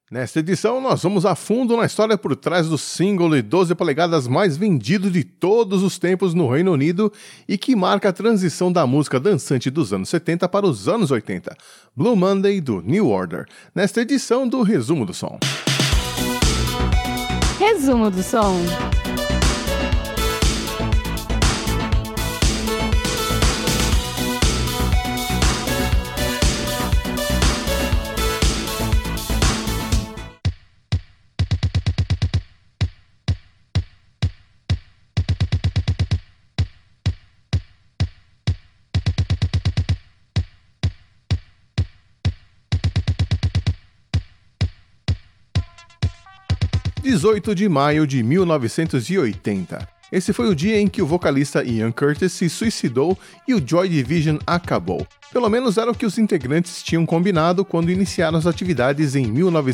Nesta edição, nós vamos a fundo na história por trás do single de 12 polegadas mais vendido de todos os tempos no Reino Unido e que marca a transição da música dançante dos anos 70 para os anos 80, Blue Monday, do New Order, nesta edição do Resumo do Som. Resumo do Som. 18 de maio de 1980. Esse foi o dia em que o vocalista Ian Curtis se suicidou e o Joy Division acabou. Pelo menos era o que os integrantes tinham combinado quando iniciaram as atividades em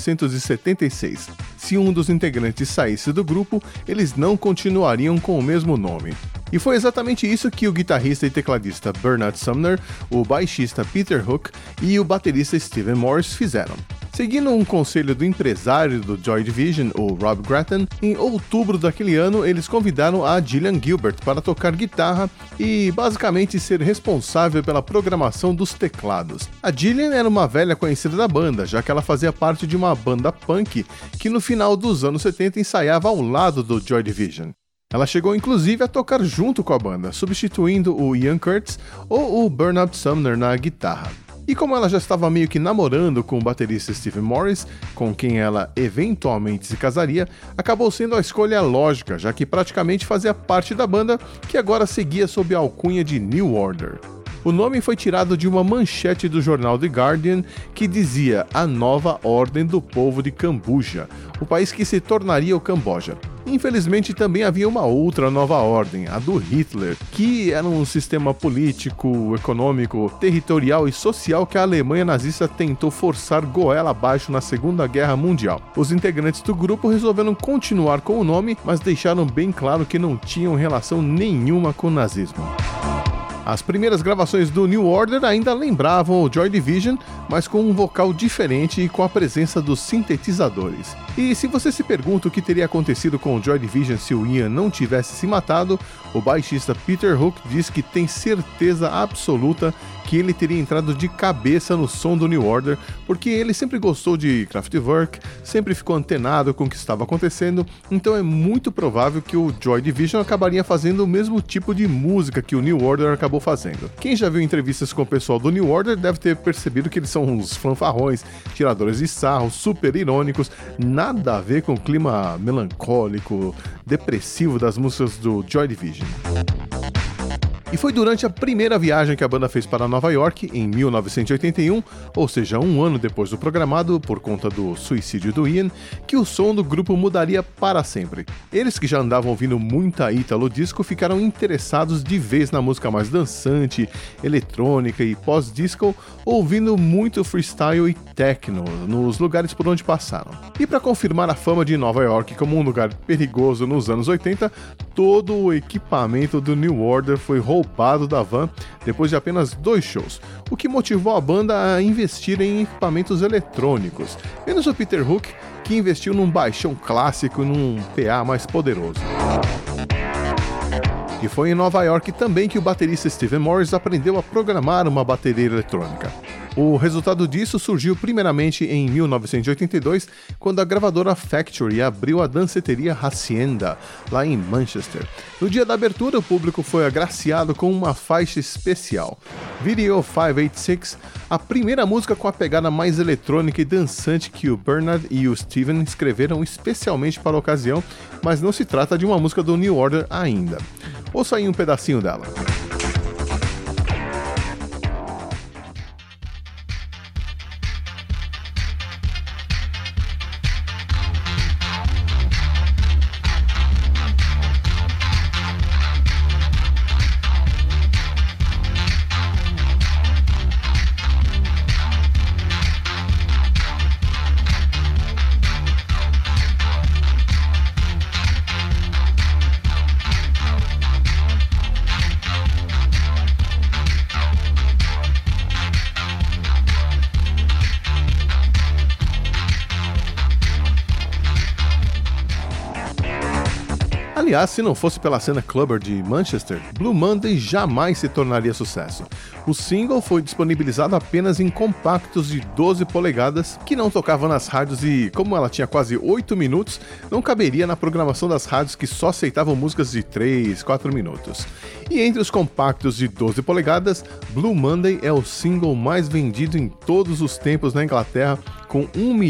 1976. Se um dos integrantes saísse do grupo, eles não continuariam com o mesmo nome. E foi exatamente isso que o guitarrista e tecladista Bernard Sumner, o baixista Peter Hook e o baterista Stephen Morris fizeram. Seguindo um conselho do empresário do Joy Division, o Rob Grattan, em outubro daquele ano eles convidaram a Gillian Gilbert para tocar guitarra e basicamente ser responsável pela programação dos teclados. A Gillian era uma velha conhecida da banda, já que ela fazia parte de uma banda punk que no final dos anos 70 ensaiava ao lado do Joy Division. Ela chegou inclusive a tocar junto com a banda, substituindo o Ian Curtis ou o Bernard Sumner na guitarra. E como ela já estava meio que namorando com o baterista Stephen Morris, com quem ela eventualmente se casaria, acabou sendo a escolha lógica, já que praticamente fazia parte da banda, que agora seguia sob a alcunha de New Order. O nome foi tirado de uma manchete do jornal The Guardian que dizia a nova ordem do povo de Camboja, o país que se tornaria o Camboja. Infelizmente também havia uma outra nova ordem, a do Hitler, que era um sistema político, econômico, territorial e social que a Alemanha nazista tentou forçar goela abaixo na Segunda Guerra Mundial. Os integrantes do grupo resolveram continuar com o nome, mas deixaram bem claro que não tinham relação nenhuma com o nazismo. As primeiras gravações do New Order ainda lembravam o Joy Division, mas com um vocal diferente e com a presença dos sintetizadores. E se você se pergunta o que teria acontecido com o Joy Division se o Ian não tivesse se matado, o baixista Peter Hook diz que tem certeza absoluta que ele teria entrado de cabeça no som do New Order, porque ele sempre gostou de Kraftwerk, sempre ficou antenado com o que estava acontecendo, então é muito provável que o Joy Division acabaria fazendo o mesmo tipo de música que o New Order acabou fazendo. Quem já viu entrevistas com o pessoal do New Order deve ter percebido que eles são uns fanfarrões, tiradores de sarro, super irônicos, nada a ver com o clima melancólico, depressivo das músicas do Joy Division. E foi durante a primeira viagem que a banda fez para Nova York, em 1981, ou seja, um ano depois do programado, por conta do suicídio do Ian, que o som do grupo mudaria para sempre. Eles que já andavam ouvindo muita Italo Disco ficaram interessados de vez na música mais dançante, eletrônica e pós-disco, ouvindo muito freestyle e techno nos lugares por onde passaram. E para confirmar a fama de Nova York como um lugar perigoso nos anos 80, todo o equipamento do New Order foi roubado da van depois de apenas 2 shows, o que motivou a banda a investir em equipamentos eletrônicos, menos o Peter Hook, que investiu num baixão clássico e num PA mais poderoso. E foi em Nova York também que o baterista Stephen Morris aprendeu a programar uma bateria eletrônica. O resultado disso surgiu primeiramente em 1982, quando a gravadora Factory abriu a danceteria Hacienda, lá em Manchester. No dia da abertura, o público foi agraciado com uma faixa especial, Video 586, a primeira música com a pegada mais eletrônica e dançante que o Bernard e o Steven escreveram especialmente para a ocasião, mas não se trata de uma música do New Order ainda. Ouça aí um pedacinho dela. Aliás, se não fosse pela cena clubber de Manchester, Blue Monday jamais se tornaria sucesso. O single foi disponibilizado apenas em compactos de 12 polegadas que não tocavam nas rádios e, como ela tinha quase 8 minutos, não caberia na programação das rádios que só aceitavam músicas de 3, 4 minutos. E entre os compactos de 12 polegadas, Blue Monday é o single mais vendido em todos os tempos na Inglaterra, com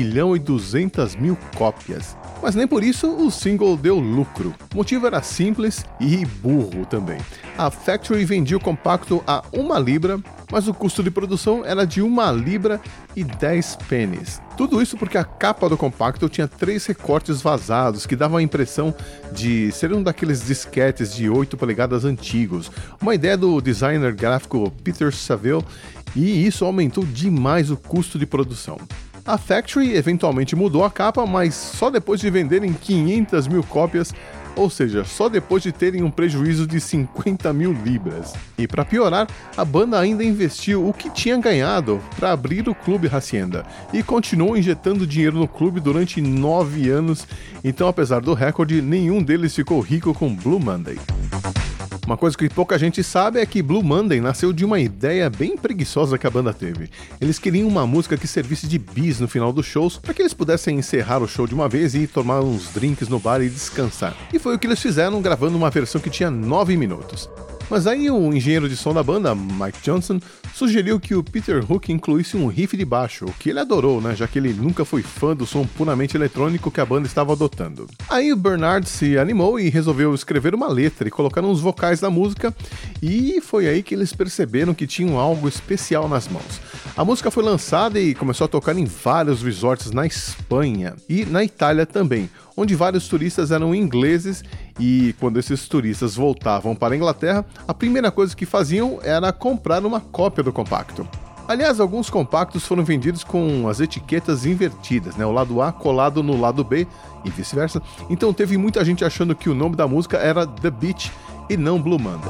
1.200.000 cópias. Mas nem por isso o single deu lucro. O motivo era simples e burro também. A Factory vendia o compacto a 1 libra, mas o custo de produção era de 1 libra e 10 pennies. Tudo isso porque a capa do compacto tinha 3 recortes vazados que davam a impressão de ser um daqueles disquetes de 8 polegadas antigos, uma ideia do designer gráfico Peter Saville, e isso aumentou demais o custo de produção. A Factory eventualmente mudou a capa, mas só depois de venderem 500.000 cópias, ou seja, só depois de terem um prejuízo de 50.000 libras. E para piorar, a banda ainda investiu o que tinha ganhado para abrir o Clube Hacienda e continuou injetando dinheiro no clube durante 9 anos, então apesar do recorde, nenhum deles ficou rico com Blue Monday. Uma coisa que pouca gente sabe é que Blue Monday nasceu de uma ideia bem preguiçosa que a banda teve. Eles queriam uma música que servisse de bis no final dos shows, para que eles pudessem encerrar o show de uma vez e tomar uns drinks no bar e descansar. E foi o que eles fizeram, gravando uma versão que tinha 9 minutos. Mas aí o engenheiro de som da banda, Mike Johnson, sugeriu que o Peter Hook incluísse um riff de baixo, o que ele adorou, né, já que ele nunca foi fã do som puramente eletrônico que a banda estava adotando. Aí o Bernard se animou e resolveu escrever uma letra e colocar uns vocais na música, e foi aí que eles perceberam que tinham algo especial nas mãos. A música foi lançada e começou a tocar em vários resorts na Espanha e na Itália também, onde vários turistas eram ingleses, e quando esses turistas voltavam para a Inglaterra, a primeira coisa que faziam era comprar uma cópia do compacto. Aliás, alguns compactos foram vendidos com as etiquetas invertidas, né? O lado A colado no lado B e vice-versa, então teve muita gente achando que o nome da música era The Beach e não Blue Monday.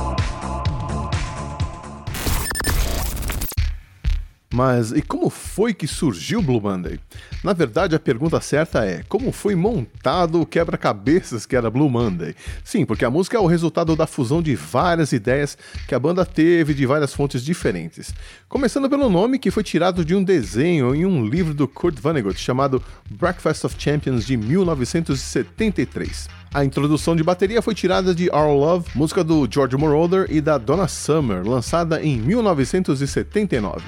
Mas e como foi que surgiu Blue Monday? Na verdade, a pergunta certa é: como foi montado o quebra-cabeças que era Blue Monday? Sim, porque a música é o resultado da fusão de várias ideias que a banda teve de várias fontes diferentes. Começando pelo nome, que foi tirado de um desenho em um livro do Kurt Vonnegut chamado Breakfast of Champions, de 1973. A introdução de bateria foi tirada de Our Love, música do George Moroder e da Donna Summer, lançada em 1979.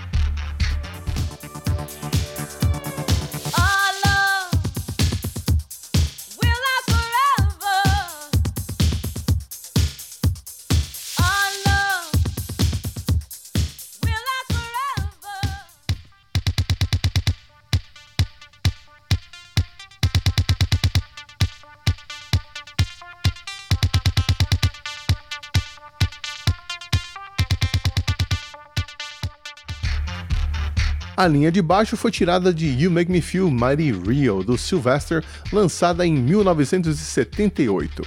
A linha de baixo foi tirada de You Make Me Feel Mighty Real, do Sylvester, lançada em 1978.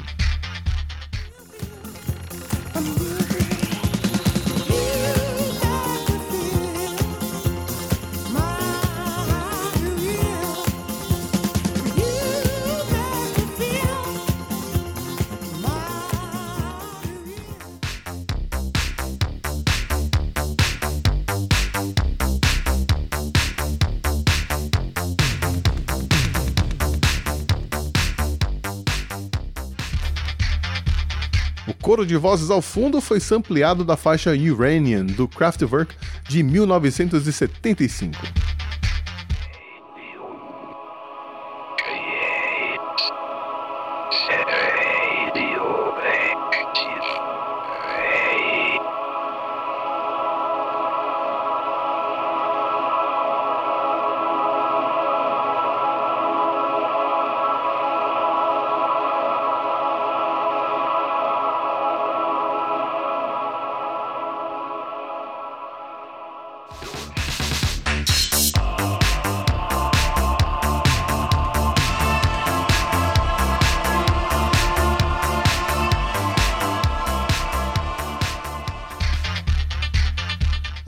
O coro de vozes ao fundo foi sampleado da faixa Uranian, do Kraftwerk, de 1975.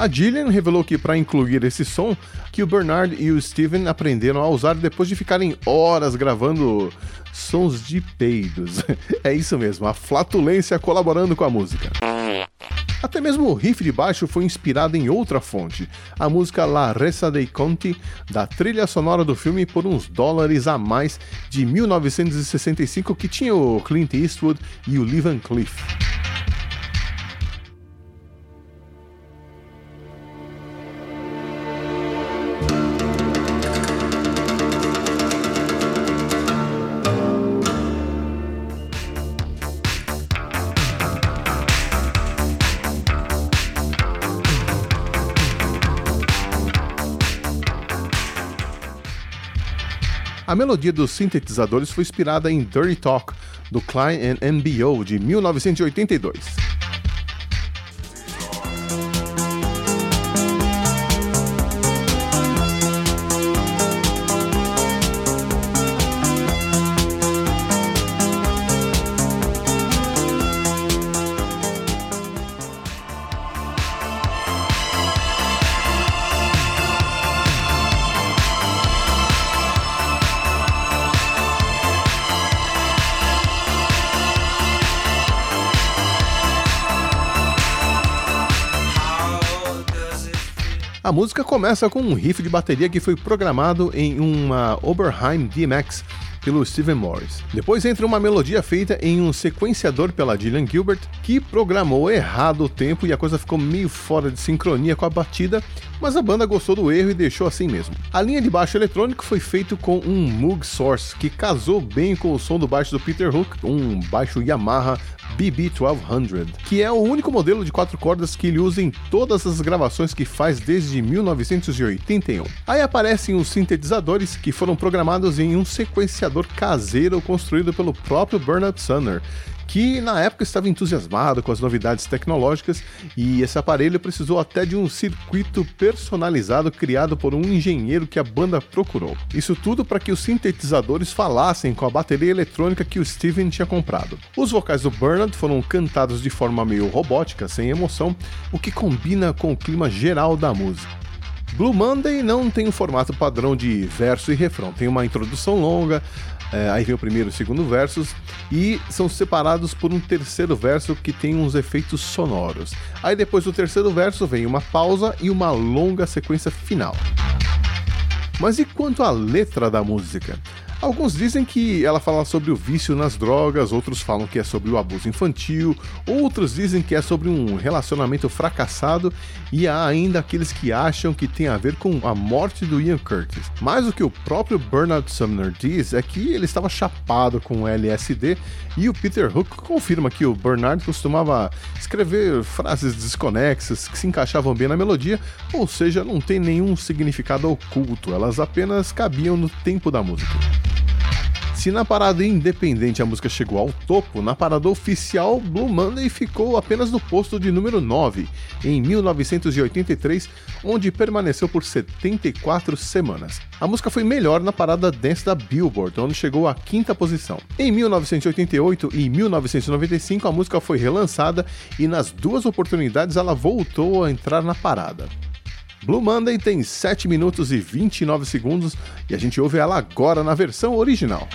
A Gillian revelou que para incluir esse som, que o Bernard e o Steven aprenderam a usar depois de ficarem horas gravando sons de peidos. É isso mesmo, a flatulência colaborando com a música. Até mesmo o riff de baixo foi inspirado em outra fonte, a música La Resa dei Conti, da trilha sonora do filme Por Uns Dólares a Mais, de 1965, que tinha o Clint Eastwood e o Lee Van Cleef. A melodia dos sintetizadores foi inspirada em Dirty Talk, do Klein & MBO, de 1982. A música começa com um riff de bateria que foi programado em uma Oberheim DMX pelo Steven Morris. Depois entra uma melodia feita em um sequenciador pela Gillian Gilbert, que programou errado o tempo e a coisa ficou meio fora de sincronia com a batida, mas a banda gostou do erro e deixou assim mesmo. A linha de baixo eletrônico foi feito com um Moog Source, que casou bem com o som do baixo do Peter Hook, um baixo Yamaha BB-1200, que é o único modelo de 4 cordas que ele usa em todas as gravações que faz desde 1981. Aí aparecem os sintetizadores, que foram programados em um sequenciador caseiro construído pelo próprio Bernard Sumner, que na época estava entusiasmado com as novidades tecnológicas, e esse aparelho precisou até de um circuito personalizado criado por um engenheiro que a banda procurou. Isso tudo para que os sintetizadores falassem com a bateria eletrônica que o Steven tinha comprado. Os vocais do Bernard foram cantados de forma meio robótica, sem emoção, o que combina com o clima geral da música. Blue Monday não tem um formato padrão de verso e refrão, tem uma introdução longa, aí vem o primeiro e o segundo versos, e são separados por um terceiro verso que tem uns efeitos sonoros. Aí depois do terceiro verso vem uma pausa e uma longa sequência final. Mas e quanto à letra da música? Alguns dizem que ela fala sobre o vício nas drogas, outros falam que é sobre o abuso infantil, outros dizem que é sobre um relacionamento fracassado, e há ainda aqueles que acham que tem a ver com a morte do Ian Curtis. Mas o que o próprio Bernard Sumner diz é que ele estava chapado com LSD, e o Peter Hook confirma que o Bernard costumava escrever frases desconexas que se encaixavam bem na melodia, ou seja, não tem nenhum significado oculto, elas apenas cabiam no tempo da música. Se na parada independente a música chegou ao topo, na parada oficial, Blue Monday ficou apenas no posto de número 9, em 1983, onde permaneceu por 74 semanas. A música foi melhor na parada dance da Billboard, onde chegou à 5ª posição. Em 1988 e 1995, a música foi relançada e nas duas oportunidades ela voltou a entrar na parada. Blue Monday tem 7 minutos e 29 segundos e a gente ouve ela agora na versão original.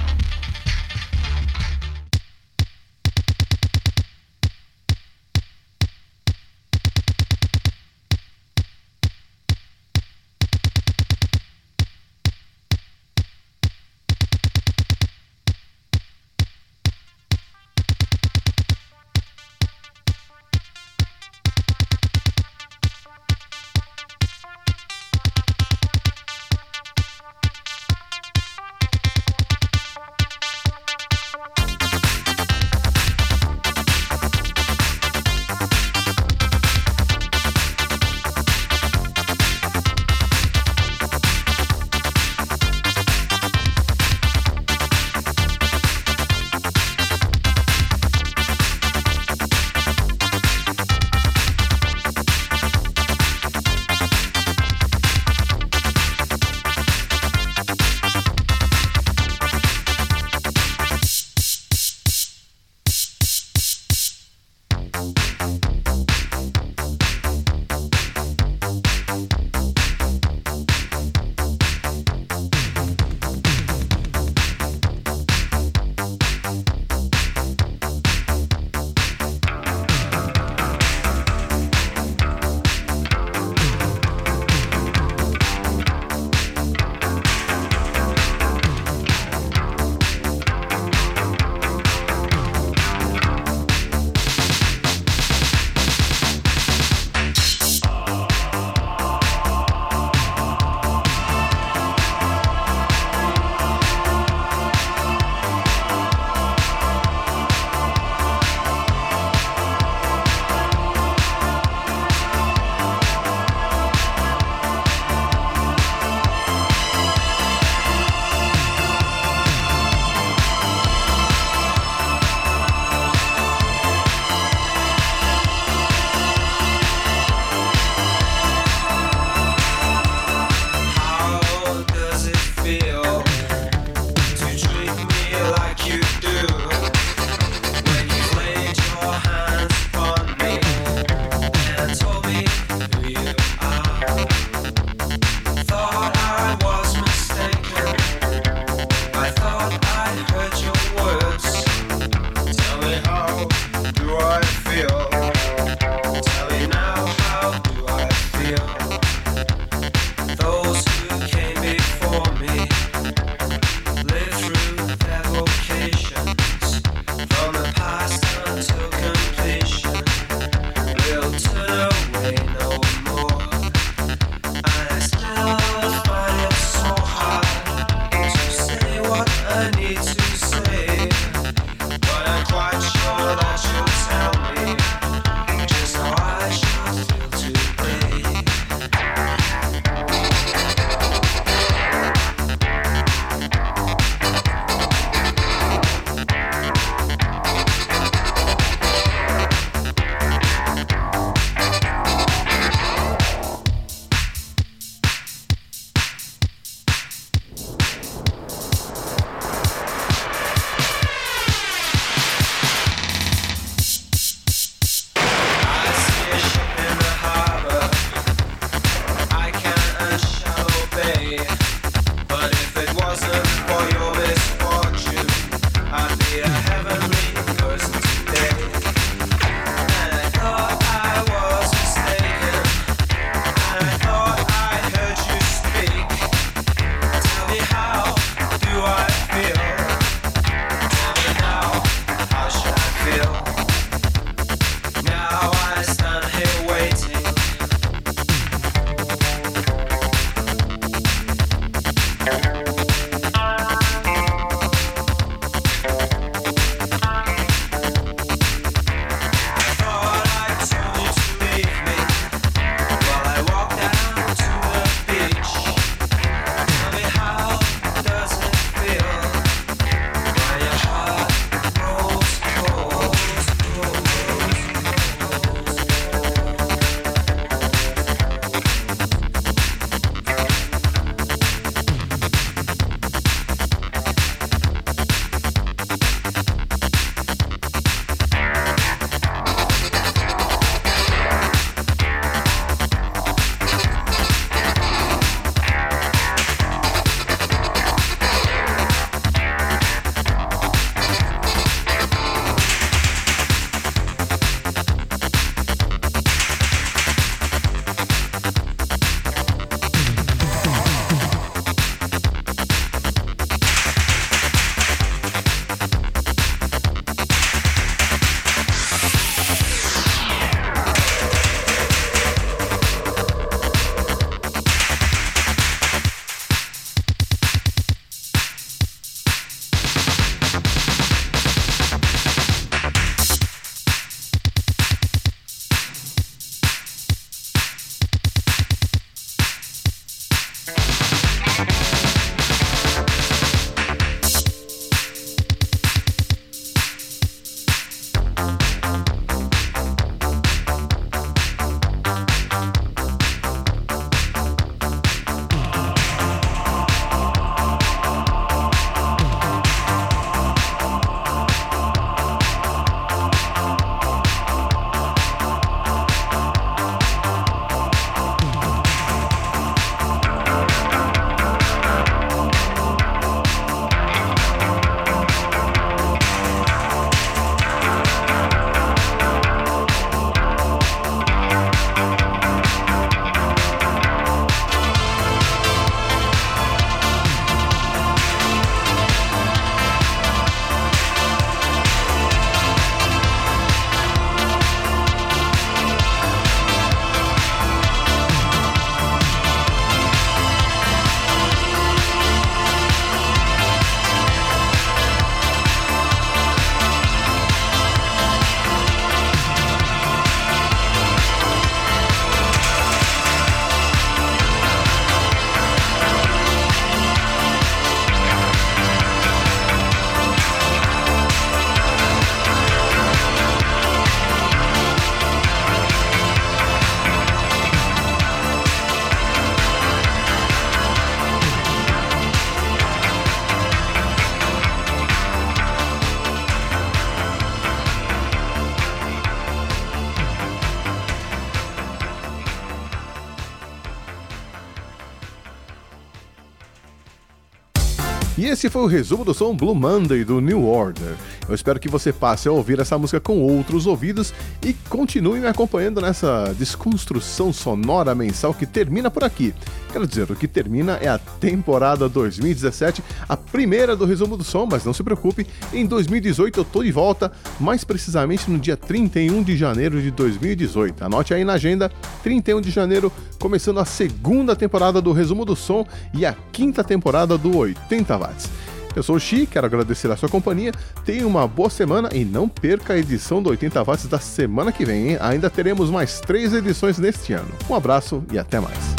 E esse foi o resumo do som Blue Monday do New Order. Eu espero que você passe a ouvir essa música com outros ouvidos e continue me acompanhando nessa desconstrução sonora mensal que termina por aqui. Quero dizer, o que termina é a temporada 2017, a primeira do resumo do som, mas não se preocupe, em 2018 eu tô de volta, mais precisamente no dia 31 de janeiro de 2018. Anote aí na agenda, 31 de janeiro, começando a segunda temporada do resumo do som e a quinta temporada do 80 watts. Eu sou o Xi, quero agradecer a sua companhia, tenha uma boa semana e não perca a edição do 80 watts da semana que vem, hein? Ainda teremos mais 3 edições neste ano. Um abraço e até mais.